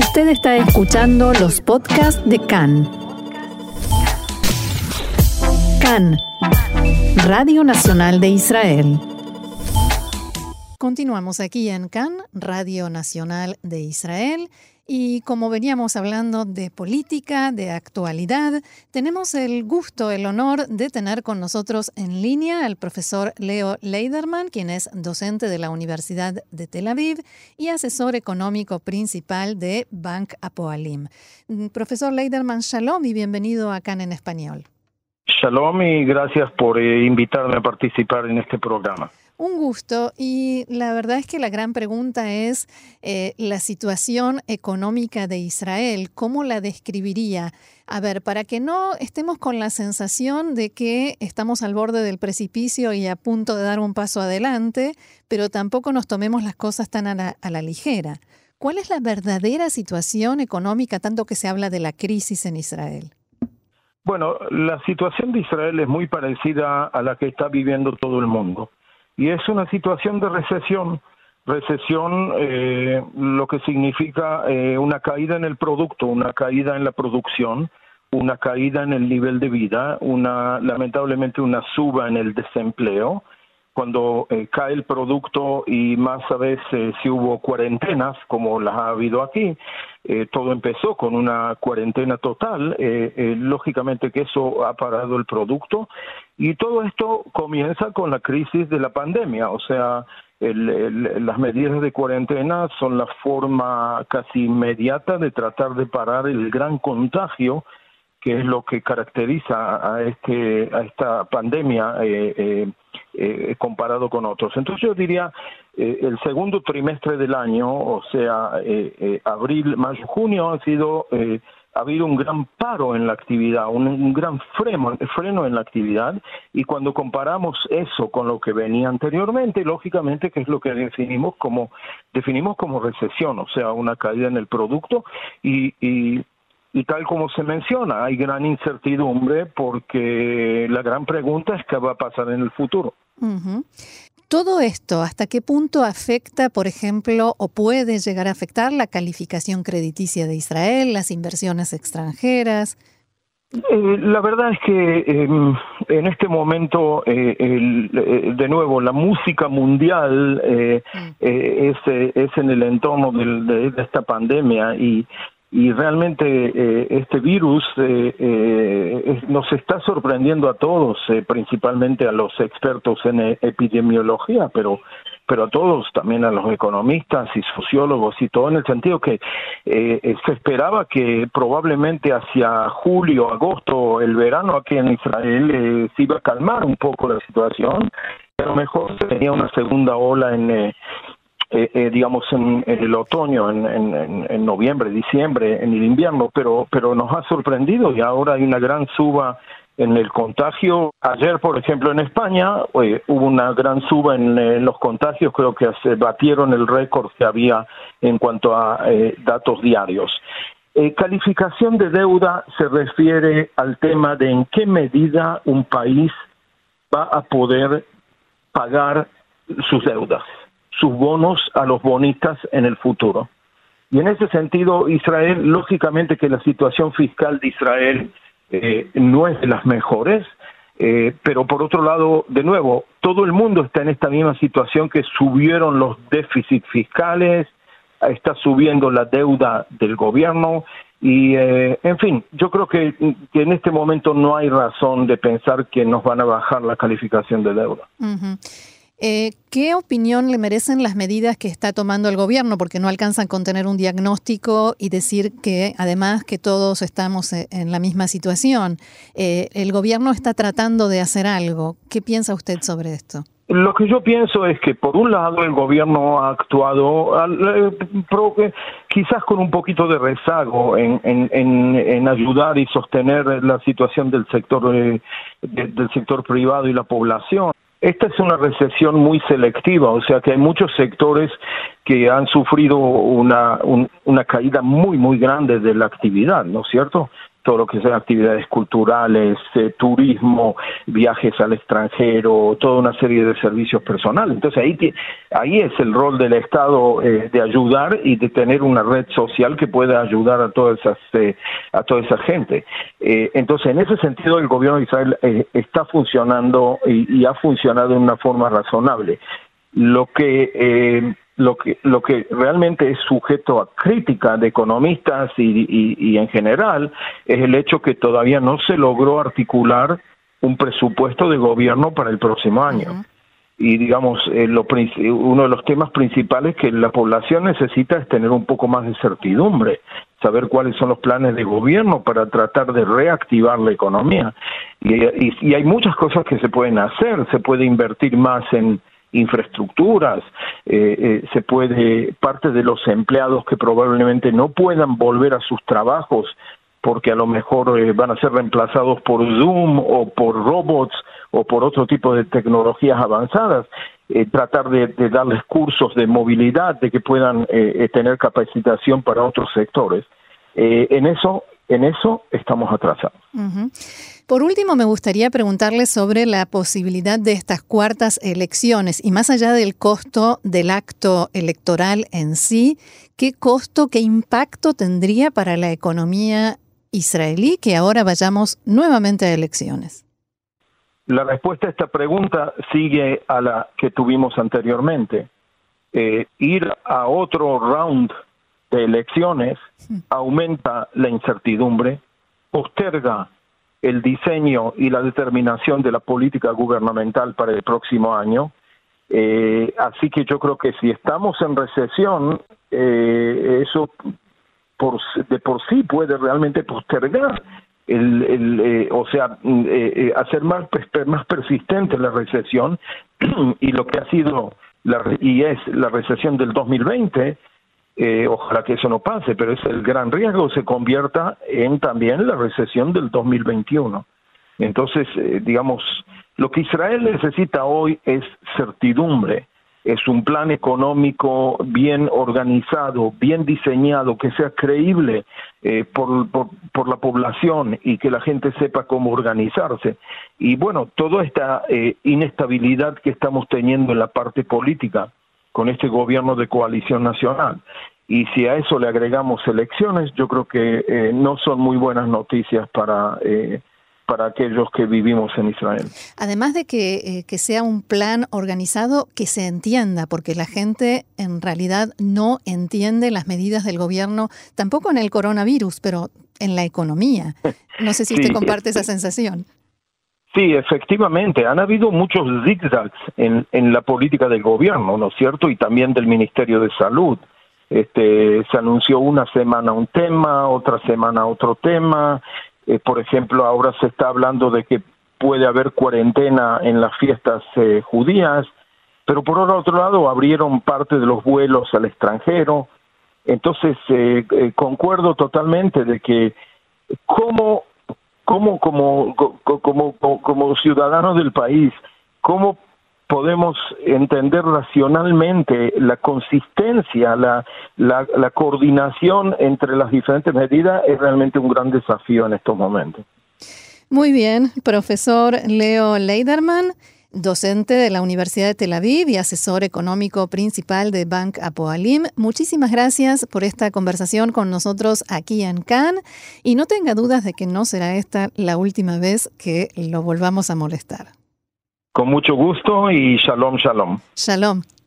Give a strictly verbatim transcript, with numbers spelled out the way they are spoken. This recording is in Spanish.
Usted está escuchando los podcasts de C A N. C A N, Radio Nacional de Israel. Continuamos aquí en C A N, Radio Nacional de Israel. Y como veníamos hablando de política, de actualidad, tenemos el gusto, el honor de tener con nosotros en línea al profesor Leo Leiderman, quien es docente de la Universidad de Tel Aviv y asesor económico principal de Bank Hapoalim. Profesor Leiderman, shalom y bienvenido a C A N en español. Shalom y gracias por eh, invitarme a participar en este programa. Un gusto, y la verdad es que la gran pregunta es eh, la situación económica de Israel. ¿Cómo la describiría? A ver, para que no estemos con la sensación de que estamos al borde del precipicio y a punto de dar un paso adelante, pero tampoco nos tomemos las cosas tan a la, a la ligera. ¿Cuál es la verdadera situación económica, tanto que se habla de la crisis en Israel? Bueno, la situación de Israel es muy parecida a la que está viviendo todo el mundo. Y es una situación de recesión, recesión eh, lo que significa eh, una caída en el producto, una caída en la producción, una caída en el nivel de vida, una lamentablemente una suba en el desempleo. Cuando eh, cae el producto y más a veces si hubo cuarentenas, como las ha habido aquí, eh, todo empezó con una cuarentena total, eh, eh, lógicamente que eso ha parado el producto, y todo esto comienza con la crisis de la pandemia, o sea, el, el, las medidas de cuarentena son la forma casi inmediata de tratar de parar el gran contagio, que es lo que caracteriza a este a esta pandemia eh, eh, eh, comparado con otros. Entonces yo diría eh, el segundo trimestre del año, o sea, eh, eh, abril, mayo, junio, ha sido eh, ha habido un gran paro en la actividad, un, un gran freno, freno en la actividad, y cuando comparamos eso con lo que venía anteriormente, lógicamente que es lo que definimos como definimos como recesión, o sea, una caída en el producto y, y Y tal como se menciona, hay gran incertidumbre porque la gran pregunta es qué va a pasar en el futuro. Uh-huh. Todo esto, ¿hasta qué punto afecta, por ejemplo, o puede llegar a afectar la calificación crediticia de Israel, las inversiones extranjeras? Eh, la verdad es que eh, en este momento, eh, el, eh, de nuevo, la música mundial eh, mm. eh, es, eh, es en el entorno del, de, de esta pandemia y Y realmente eh, este virus eh, eh, nos está sorprendiendo a todos, eh, principalmente a los expertos en eh, epidemiología, pero pero a todos, también a los economistas y sociólogos y todo, en el sentido que eh, se esperaba que probablemente hacia julio, agosto, el verano aquí en Israel eh, se iba a calmar un poco la situación, a lo mejor tenía una segunda ola en... Eh, Eh, eh, digamos en, en el otoño, en, en, en noviembre, diciembre, en el invierno, pero pero nos ha sorprendido y ahora hay una gran suba en el contagio. Ayer, por ejemplo, en España eh, hubo una gran suba en, en los contagios, creo que se batieron el récord que había en cuanto a eh, datos diarios. Eh, calificación de deuda se refiere al tema de en qué medida un país va a poder pagar sus deudas, sus bonos a los bonistas en el futuro. Y en ese sentido, Israel, lógicamente que la situación fiscal de Israel eh, no es de las mejores, eh, pero por otro lado, de nuevo, todo el mundo está en esta misma situación, que subieron los déficits fiscales, está subiendo la deuda del gobierno, y eh, en fin, yo creo que, que en este momento no hay razón de pensar que nos van a bajar la calificación de deuda. Uh-huh. Eh, ¿Qué opinión le merecen las medidas que está tomando el gobierno? Porque no alcanzan con tener un diagnóstico y decir que además que todos estamos en la misma situación. Eh, el gobierno está tratando de hacer algo. ¿Qué piensa usted sobre esto? Lo que yo pienso es que, por un lado, el gobierno ha actuado eh, pro, eh, quizás con un poquito de rezago en, en, en, en ayudar y sostener la situación del sector, eh, de, del sector privado y la población. Esta es una recesión muy selectiva, o sea que hay muchos sectores que han sufrido una, un, una caída muy, muy grande de la actividad, ¿no es cierto? todo lo que sea actividades culturales, eh, turismo, viajes al extranjero, toda una serie de servicios personales. Entonces ahí, ahí es el rol del Estado eh, de ayudar y de tener una red social que pueda ayudar a todas esas, eh, a toda esa gente. Eh, entonces en ese sentido el gobierno de Israel eh, está funcionando y, y ha funcionado de una forma razonable. Lo que eh, Lo que, lo que realmente es sujeto a crítica de economistas y, y, y en general es el hecho que todavía no se logró articular un presupuesto de gobierno para el próximo año. Uh-huh. Y digamos, eh, lo, uno de los temas principales que la población necesita es tener un poco más de certidumbre, saber cuáles son los planes de gobierno para tratar de reactivar la economía. Y, y, y hay muchas cosas que se pueden hacer, se puede invertir más en infraestructuras, eh, eh, se puede, parte de los empleados que probablemente no puedan volver a sus trabajos porque a lo mejor eh, van a ser reemplazados por Zoom o por robots o por otro tipo de tecnologías avanzadas, eh, tratar de, de darles cursos de movilidad, de que puedan eh, tener capacitación para otros sectores. Eh, en eso, en eso estamos atrasados. Uh-huh. Por último, me gustaría preguntarle sobre la posibilidad de estas cuartas elecciones y más allá del costo del acto electoral en sí, ¿qué costo, qué impacto tendría para la economía israelí que ahora vayamos nuevamente a elecciones? La respuesta a esta pregunta sigue a la que tuvimos anteriormente. Eh, ir a otro round de elecciones aumenta la incertidumbre, posterga el diseño y la determinación de la política gubernamental para el próximo año. Eh, así que yo creo que si estamos en recesión, eh, eso por, de por sí puede realmente postergar, el, el, eh, o sea, eh, hacer más, más persistente la recesión y lo que ha sido la, y es la recesión del dos mil veinte. Eh, ojalá que eso no pase, pero es el gran riesgo, se convierta en también la recesión del dos mil veintiuno. Entonces, eh, digamos, lo que Israel necesita hoy es certidumbre, es un plan económico bien organizado, bien diseñado, que sea creíble eh, por, por, por la población y que la gente sepa cómo organizarse. Y bueno, toda esta eh, inestabilidad que estamos teniendo en la parte política, con este gobierno de coalición nacional. Y si a eso le agregamos elecciones, yo creo que eh, no son muy buenas noticias para, eh, para aquellos que vivimos en Israel. Además de que, eh, que sea un plan organizado que se entienda, porque la gente en realidad no entiende las medidas del gobierno, tampoco en el coronavirus, pero en la economía. No sé si sí, usted comparte esa sensación. Sí, efectivamente, han habido muchos zigzags en, en la política del gobierno, ¿no es cierto? Y también del Ministerio de Salud. Este, se anunció una semana un tema, otra semana otro tema. Eh, por ejemplo, ahora se está hablando de que puede haber cuarentena en las fiestas eh, judías, pero por otro lado abrieron parte de los vuelos al extranjero. Entonces, eh, eh, concuerdo totalmente de que cómo... ¿Cómo, como, como, como, como ciudadanos del país, cómo podemos entender racionalmente la consistencia, la, la, la coordinación entre las diferentes medidas? Es realmente un gran desafío en estos momentos. Muy bien, profesor Leo Leiderman, docente de la Universidad de Tel Aviv y asesor económico principal de Bank Hapoalim. Muchísimas gracias por esta conversación con nosotros aquí en Cannes y no tenga dudas de que no será esta la última vez que lo volvamos a molestar. Con mucho gusto y shalom, shalom. Shalom.